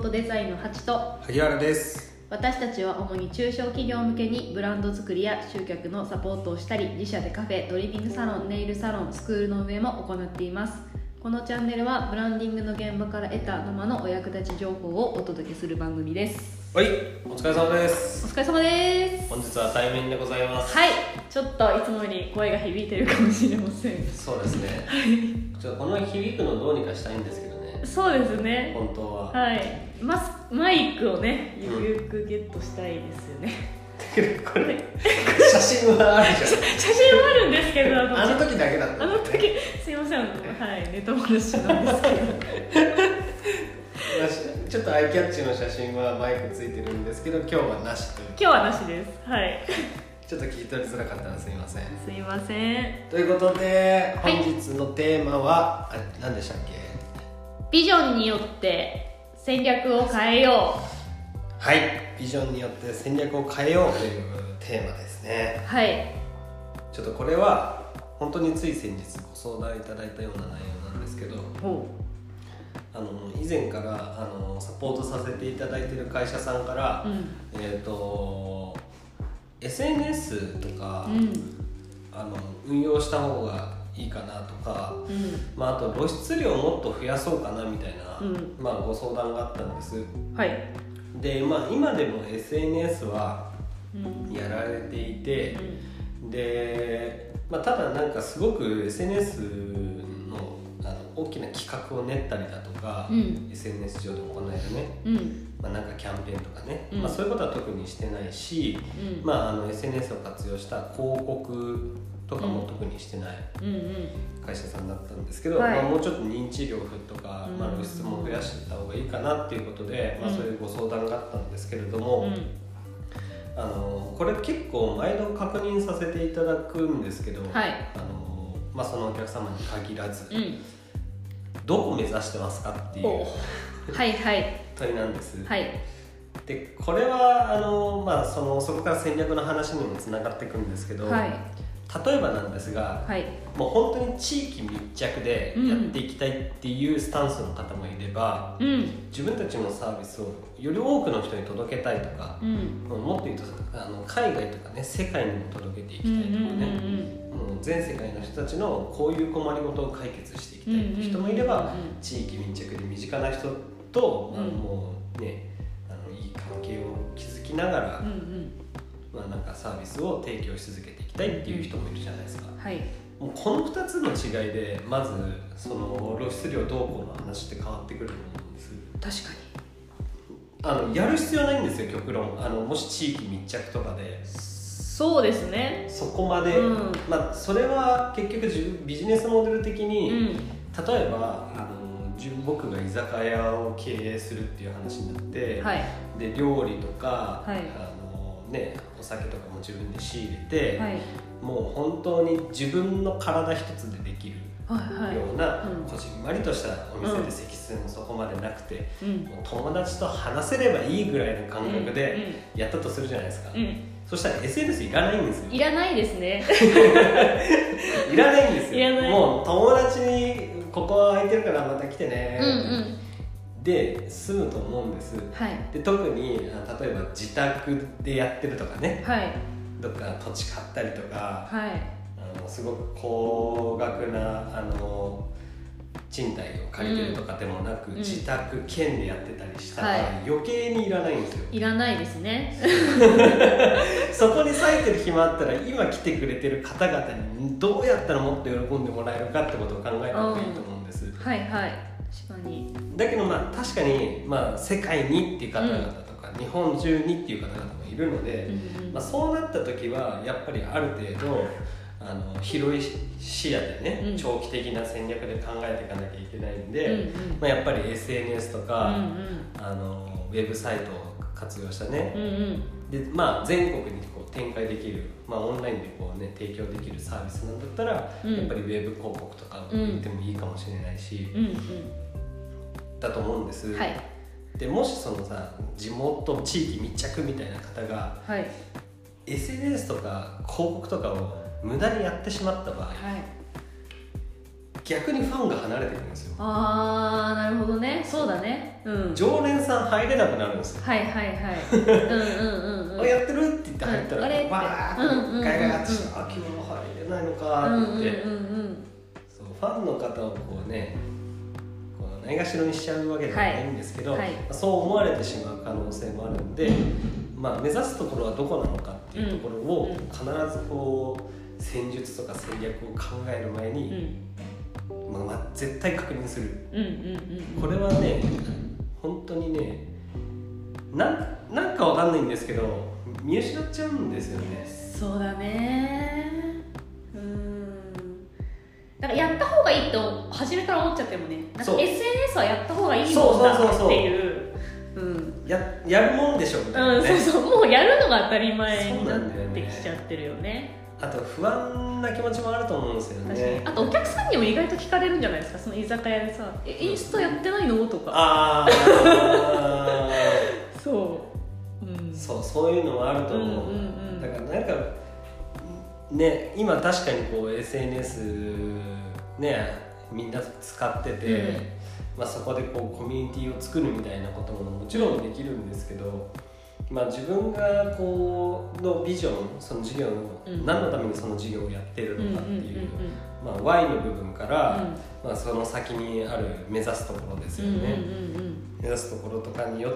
トデザインのハチと萩原です。 私たちは主に中小企業向けにブランド作りや集客のサポートをしたり、自社でカフェ、ドリビングサロン、ネイルサロン、スクールの運営も行っています。このチャンネルはブランディングの現場から得た生のお役立ち情報をお届けする番組です。 はい、お疲れ様です。 お疲れ様です。 本日は対面でございます。 はい、ちょっといつもより声が響いてるかもしれません。 そうですね。ちょっとこの響くのどうにかしたいんですけどね。 そうですね。 本当は。 はい。マイクをね、ゆくゲットしたいですよね。 これ写真はあるじゃん。 写真はあるんですけど、 あの時だけだった、ね。 あの時すいません、はい、ネタ話なんですけど。 ちょっとアイキャッチの写真はマイクついてるんですけど、今日はなしという。 今日はなしです。はい。 ちょっと聞き取りづらかったらすいません。 すいません。 ということで、本日のテーマは、何でしたっけ？ ビジョンによって戦略を変えよう。はい、ビジョンによって戦略を変えようというテーマですね。 はい。 ちょっとこれは本当につい先日ご相談いただいたような内容なんですけど、以前からサポートさせていただいている会社さんから、SNS とか、運用した方がいいかなとか、あと露出量をもっと増やそうかなみたいな、ご相談があったんです。 はい。で、 今でも SNS はやられていて、で、ただなんかすごく SNS の大きな企画を練ったりだとか、SNS 上で行えるね、なんかキャンペーンとかね、そういうことは特にしてないし、SNS を活用した広告とかも特にしてない会社さんだったんですけど、もうちょっと認知量とか、露出も増やしていった方がいいかなっていうことで、そういうご相談があったんですけれども、これ結構毎度確認させていただくんですけど、そのお客様に限らず、どこ目指してますかっていう問いなんです。でこれはそこから戦略の話にもつながっていくんですけど、例えばなんですが、もう本当に地域密着でやっていきたいっていうスタンスの方もいれば、自分たちのサービスをより多くの人に届けたいとか、もっと言うと海外とかね、世界にも届けていきたいとかね、全世界の人たちのこういう困りごとを解決していきたいっていう人もいれば、地域密着で身近な人と、もうね、いい関係を築きながら、なんかサービスを提供し続けていきたいっていう人もいるじゃないですか。もうこの2つの違いでまずその露出量どうこうの話って変わってくると思うんです。確かにやる必要ないんですよ、極論。もし地域密着とかで、 そうですね、 そこまで、それは結局ビジネスモデル的に、例えば僕が居酒屋を経営するっていう話になって、で料理とか、お酒とかも自分で仕入れて、もう本当に自分の体一つでできるようなこじんまりとしたお店で席数もそこまでなくて、もう友達と話せればいいぐらいの感覚でやったとするじゃないですか。そしたら SNS いらないんですよ。 いらないですね。 いらないんですよ。もう友達にここ空いてるからまた来てね、で済むと思うんです。で特に例えば自宅でやってるとかね、どっか土地買ったりとか、すごく高額な賃貸を借りてるとかでもなく、自宅兼でやってたりしたら、余計にいらないんですよ。 いらないですね。 そこに割いてる暇あったら、今来てくれてる方々にどうやったらもっと喜んでもらえるかってことを考えた方がいいと思うんです。 確かに。 だけど確かに、世界にっていう方々とか、日本中にっていう方々もいるので、そうなった時はやっぱりある程度広い視野でね、長期的な戦略で考えていかなきゃいけないんで、やっぱり SNS とか、ウェブサイトを活用したね、で全国にこう展開できる、オンラインでこう、提供できるサービスなんだったら、やっぱりウェブ広告とかを言ってもいいかもしれないし、だと思うんです。でもしその地元地域密着みたいな方が、SNS とか広告とかを無駄にやってしまった場合、 逆にファンが離れていくんですよ。 ああ、なるほどね。そうだね、うん、 常連さん入れなくなるんですよ。 はいはいはいうんあ、やってるって言って入ったら、 あれってわーガヤガヤってして、あ、今日は入れないのかって言って、そうファンの方をこうね、こうないがしろにしちゃうわけではないんですけど、はいはい、そう思われてしまう可能性もあるんで、まあ、目指すところはどこなのかっていうところを必ずこう戦術とか戦略を考える前に、まあ、絶対確認する、これはね本当にねなんかわかんないんですけど見失っちゃうんですよね。 そうだね。だからやった方がいいと初めから思っちゃってもね、なんか SNS はやった方がいいもんだっていう、 やるもんでしょみたいなね、 そうもうやるのが当たり前になってきちゃってるよね。 あと不安な気持ちもあると思うんですよね。 あとお客さんにも意外と聞かれるんじゃないですか、その居酒屋でさ「インスタやってないの?」とか。あそういうのもあると思う。だからなんかね、今確かにこう SNS ねみんな使ってて、まあ、そこでこうコミュニティを作るみたいなことももちろんできるんですけど、まあ、自分がこうのビジョン、その事業の、何のためにその事業をやってるのかっていう、まあ、Y の部分から、まあ、その先にある目指すところですよね。目指すところとかによって、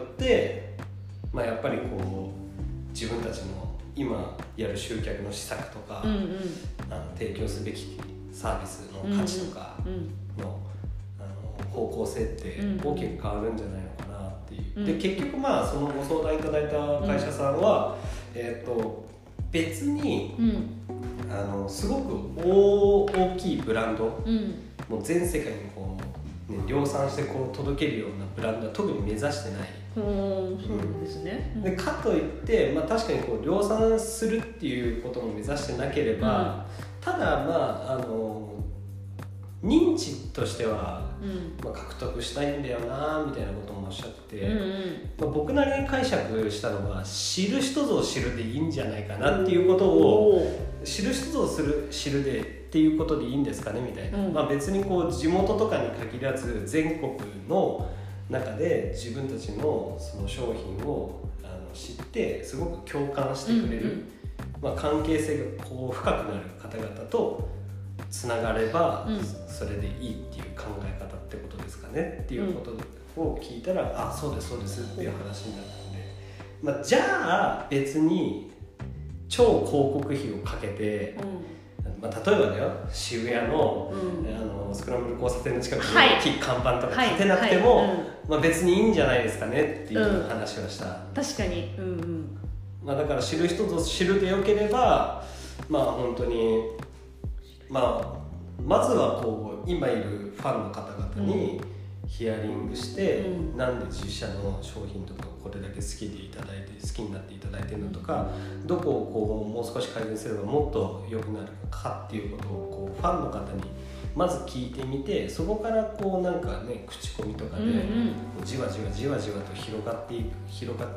まあ、やっぱりこう自分たちの今やる集客の施策とか、提供すべきサービスの価値とかの、方向性って大きく変わるんじゃないのかなっていう、で結局まあそのご相談いただいた会社さんは、別に、すごく大きいブランド、もう全世界にこう、ね、量産してこう届けるようなブランドは特に目指してない。 そうですね。 でかといって、まあ、確かにこう量産するっていうことも目指してなければ、ただまあ認知としては、まあ、獲得したいんだよなみたいなこともおっしゃってて、まあ、僕なりに解釈したのは知る人ぞ知るでいいんじゃないかなっていうことを、知る人ぞ知るでっていうことでいいんですかねみたいな、まあ、別にこう地元とかに限らず全国の中で自分たちのその商品を知ってすごく共感してくれる、まあ、関係性がこう深くなる方々とつながれば、それでいいっていう考え方ってことですかねっていうことを聞いたら、あ、そうですそうですっていう話になったので、まあ、じゃあ別に超広告費をかけて、まあ、例えばだよ、渋谷の、スクランブル交差点の近くに大きい看板とか立てなくても、まあ、別にいいんじゃないですかねっていう話をした、 確かに、 まあ、だから知る人ぞ知るでよければ、まあ本当に、まあ、まずはこう今いるファンの方々にヒアリングして、なんで自社の商品とかこれだけ好きでいただいて好きになっていただいてるのとか、どこをこうもう少し改善すればもっと良くなるかっていうことをこうファンの方にまず聞いてみて、そこからこうなんかね口コミとかでじわじわじわじわと広がって、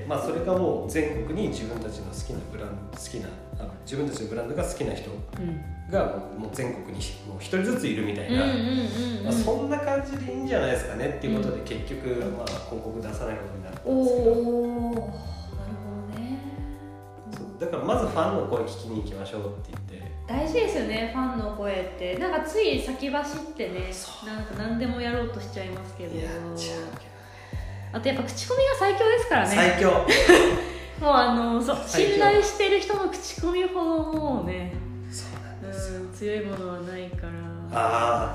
まあ、それがもう全国に自分たちの好きなブランド自分たちのブランドが好きな人がもう全国にもう一人ずついるみたいな、まあ、そんな感じでいいんじゃないですかねっていうことで、結局、まあ、広告出さないことになったんですけど、 なるほどね。 だからまずファンの声聞きに行きましょうって言って。 大事ですよね、ファンの声って。なんかつい先走ってね、なんか何でもやろうとしちゃいますけど、 やっちゃうけどね。 あとやっぱ口コミが最強ですからね。 最強もう信頼してる人の口コミほどもうね、 そうなんですよ、 強いものはないから。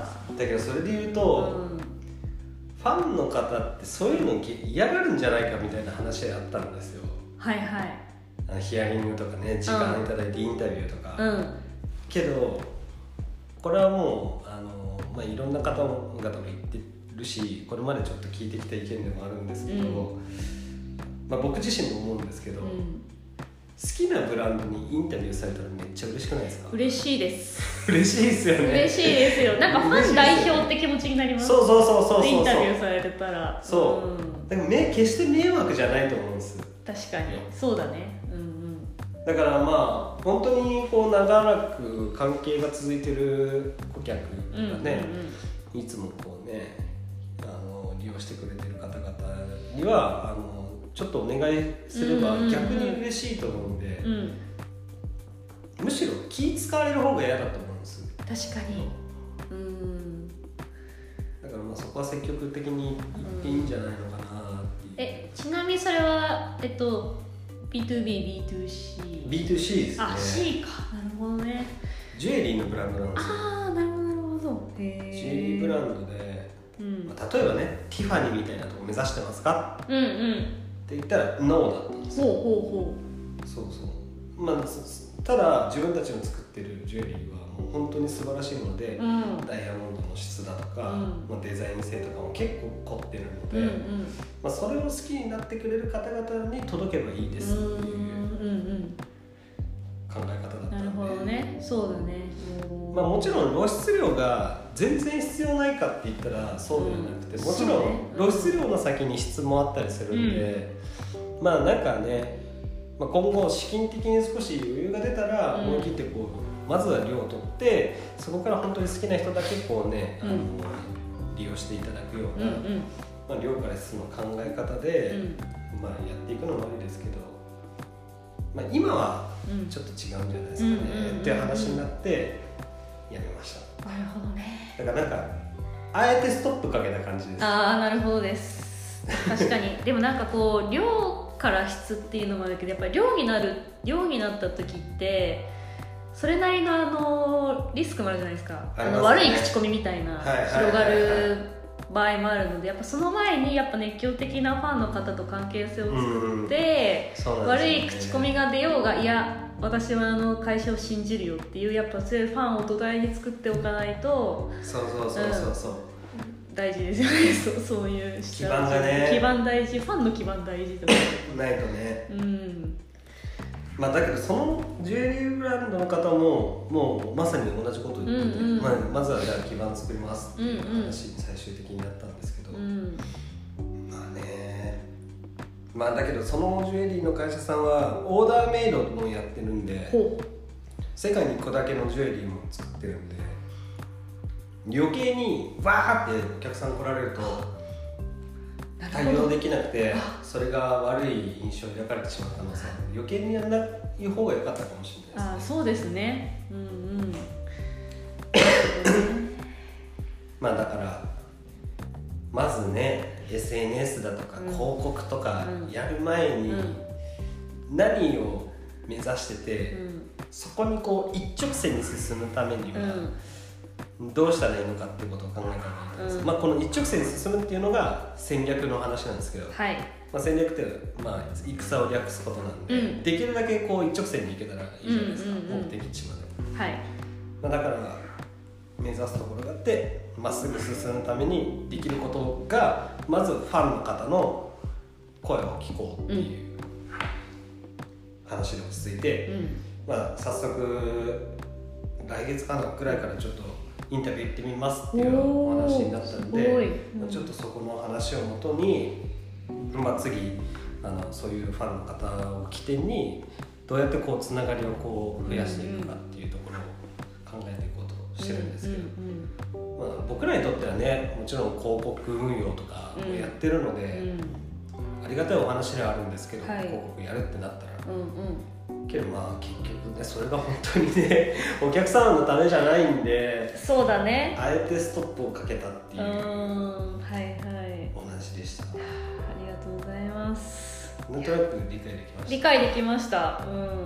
だけどそれで言うと、ファンの方ってそういうの嫌がるんじゃないかみたいな話があったんですよ。 はいはい。 ヒアリングとかね、時間いただいてインタビューとか、けどこれはもうまあ、いろんな方々も言ってるし、これまでちょっと聞いてきた意見でもあるんですけど、まあ、僕自身も思うんですけど、好きなブランドにインタビューされたらめっちゃ嬉しくないですか？ 嬉しいです嬉しいですよね。 嬉しいですよ。なんかファン代表って気持ちになります。 そうインタビューされてたら、 だから決して迷惑じゃないと思うんです。 確かにそうだね。 だだからまあ本当にこう長らく関係が続いてる顧客がね、いつもこうね利用してくれてる方々にはちょっとお願いすれば逆に嬉しいと思うんで、むしろ気使われる方が嫌だと思うんです。 確かに。 だからまあそこは積極的に言っていいんじゃないのかなっていう。 ちなみにそれはB2B、B2C。 B2C ですね。 あ、C か。なるほどね。 ジュエリーのブランドなんですよ。 ああ、なるほどなるほど。 ジュエリーブランドで、例えばね、ティファニーみたいなとこ目指してますか？って言ったらノーだったんですよ。そうそう。まあただ自分たちの作ってるジュエリーはもう本当に素晴らしいので、ダイヤモンドの質だとか、デザイン性とかも結構凝ってるので、それを好きになってくれる方々に届けばいいですっていう考え方だったので。 なるほどね。そうだね。 もちろん露出量が全然必要ないかって言ったらそうではなくて、もちろん露出量の先に質もあったりするんで、なんかね、今後資金的に少し余裕が出たら思い切ってこうまずは量を取って、そこから本当に好きな人だけこうね利用していただくような、量から質の考え方で、やっていくのもありですけど、今はちょっと違うんじゃないですかねっていう話になってやめました。 なるほどね。 だからなんかあえてストップかけた感じです。 ああ、なるほどです。確かに。でもなんかこう量から質っていうのもあるけど、やっぱり量になった時ってそれなりのリスクもあるじゃないですか。悪い口コミみたいな広がる場合もあるので、やっぱその前にやっぱ熱狂的なファンの方と関係性を作って、悪い口コミが出ようが、いや私は会社を信じるよっていうやっぱそういうファンを土台に作っておかないと、そう大事ですよね。そういう基盤がね、 基盤大事、ファンの基盤大事とかないとね。だけどそのジュエリーブランドの方ももうまさに同じことを言ってて、まずはじゃあ基盤作りますっていう話に最終的になったんですけど、だけどそのジュエリーの会社さんはオーダーメイドもやってるんで、世界に1個だけのジュエリーも作ってるんで、余計にわーってお客さん来られると対応できなくて、それが悪い印象を抱かれてしまったので、余計にやらない方が良かったかもしれないですね。 そうですね。 だからまずね、 SNS だとか広告とかやる前に何を目指してて、そこにこう一直線に進むためにはどうしたらいいのかっていうことを考えたらいいと思います。この一直線に進むっていうのが戦略の話なんですけど、戦略って戦を略すことなんで、できるだけこう一直線に行けたらいいじゃないですか、目的地まで。だから目指すところがあって、まっすぐ進むためにできることが、まずファンの方の声を聞こうっていう話で落ち着いて、早速来月かなくらいからちょっとインタビュー行ってみますっていうお話になったので、ちょっとそこの話をもとに、次そういうファンの方を起点にどうやってこうつながりをこう増やしていくかっていうところを考えていこうとしてるんですけど、僕らにとってはね、もちろん広告運用とかもやってるので、ありがたいお話ではあるんですけど、広告やるってなったら、けど結局ね、それが本当にねお客様のためじゃないんで、 そうだね、 あえてストップをかけたっていうお話でした。 ありがとうございます。 なんとなく理解できました。 理解できました。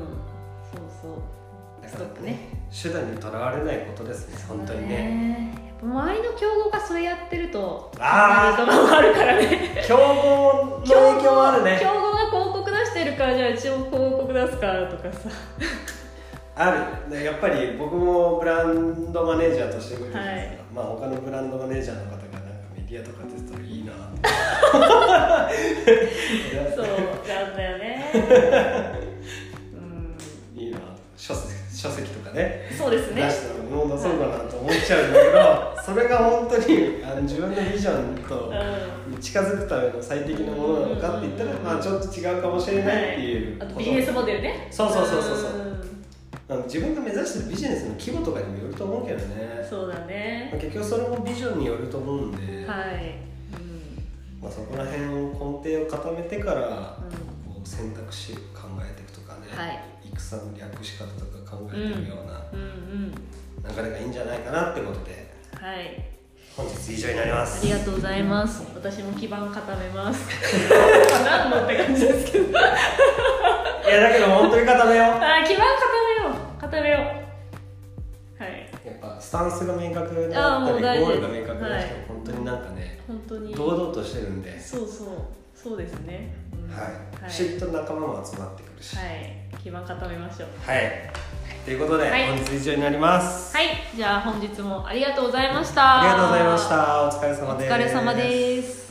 ストップね、手段にとらわれないことですね、本当にね。 やっぱ周りの競合がそれやってるとあるからね。 競合の影響もあるね。 競合が広告出してるから、じゃあ一応広告出すからとかさある。やっぱり僕もブランドマネージャーとして動いてるんですが、他のブランドマネージャーの方がなんかメディアとか出てたらいいなってそうなんだよねいいな、書籍とかね、 そうですね、 出したら物を出そうかなと思っちゃうんだけどそれが本当に自分のビジョンと近づくための最適なものなのかって言ったら、まあちょっと違うかもしれないっていう、 あとビジネスモデルね。 そう自分が目指してるビジネスの規模とかにもよると思うけどね。 そうだね。 結局それもビジョンによると思うんで、 はい、 まあ、そこら辺を根底を固めてから、こう選択肢を考えていくとかね、 はい、 戦の略し方とか考えていくような流れがいいんじゃないかなってことで、 はい、 本日以上になります。 ありがとうございます。私も基盤固めます何のって感じですけどいやだけど本当に固めよう。 基盤固めよう。はい。 やっぱスタンスが明確になったりゴールが明確な人は本当になんかね、 本当に堂々としてるんで。 そうですね。 はい。きちっと仲間も集まってくるし。 はい。基盤固めましょう。 はい。ということで、本日以上になります。 はい。じゃあ本日もありがとうございました。 ありがとうございました。お疲れ様です。 お疲れ様です。